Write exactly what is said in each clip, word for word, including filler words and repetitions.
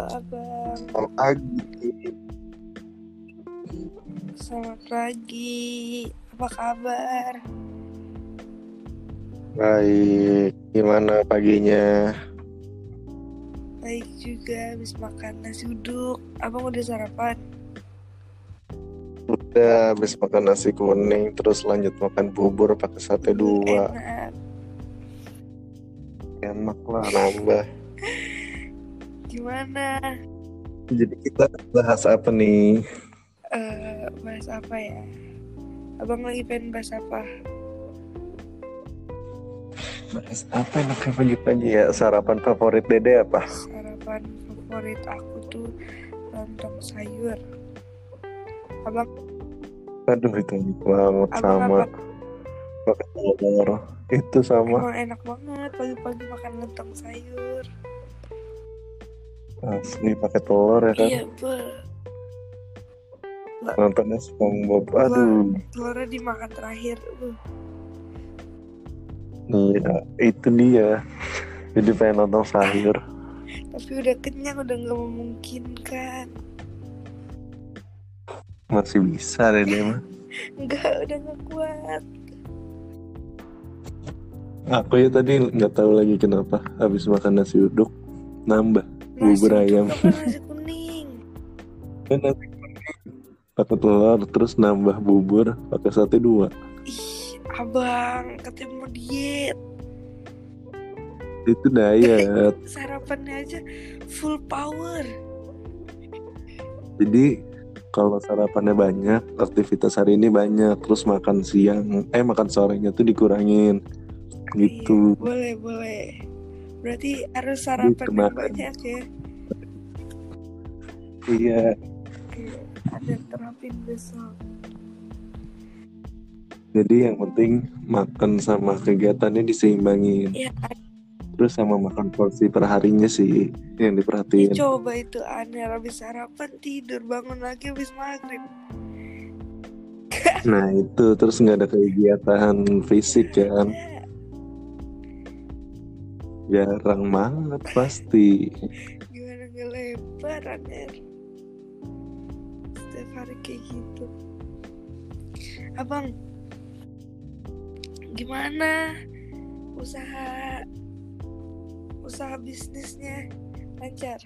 abang. Selamat pagi. Selamat pagi. Apa kabar? Baik, gimana paginya? Baik juga, habis makan nasi uduk. Abang udah sarapan? Udah habis makan nasi kuning, terus lanjut makan bubur pakai sate Uh, dua. enak. Enak lah, nambah. Gimana? Jadi kita bahas apa nih? Uh, bahas apa ya? Abang lagi pengen bahas apa? Bahas apa enaknya pagi-pagi ya? Sarapan favorit Dede apa? Sarapan favorit aku tuh lontong sayur. Abang? Aduh, itu enak banget. Abang Sama apa? pakai telur. Itu sama. Emang enak banget pagi-pagi makan lontong sayur. Asli pakai telur ya kan? Iya, betul. Nontonnya SpongeBob. Aduh. Telurnya dimakan terakhir. Uh. Iya, itu dia. Jadi pengen nonton sayur. Tapi udah kenyang, udah gak memungkinkan. Masih bisa deh dia mah. Enggak, udah gak kuat. Aku ya tadi nggak tahu lagi kenapa habis makan nasi uduk nambah bubur ayam. Nasi uduk apa nasi kuning? Kan nasi kuning pakai telur terus nambah bubur pakai sate dua. Ih, abang katanya mau diet. Itu diet. Sarapannya aja full power. Jadi kalau sarapannya banyak, aktivitas hari ini banyak, terus makan siang, eh makan sorenya tuh dikurangin. Gitu. Iya, boleh boleh. Berarti harus sarapan yang banyak ya. Iya. Oke, ada terapin besok. Jadi yang penting makan sama kegiatannya diseimbangin. Iya. Terus sama makan porsi perharinya sih yang diperhatiin. Ya, coba itu aneh, habis sarapan tidur, bangun lagi habis maghrib. Nah itu terus nggak ada kegiatan fisik kan? Jarang banget pasti. Gimana ngelebaran ya? Setiap hari kayak gitu. Abang, gimana usaha usaha bisnisnya lancar?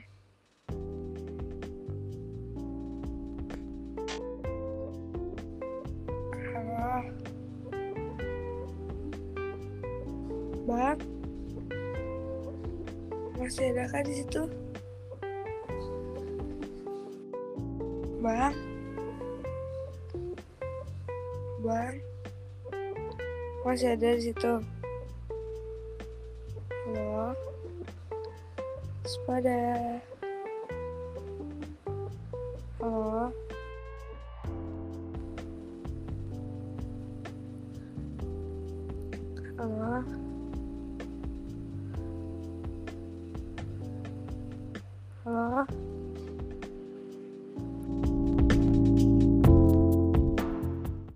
Halo, Bang, masih ada kan di situ? Bang, Bang, masih ada di situ? Halo, Sepada. Halo. Halo. Halo.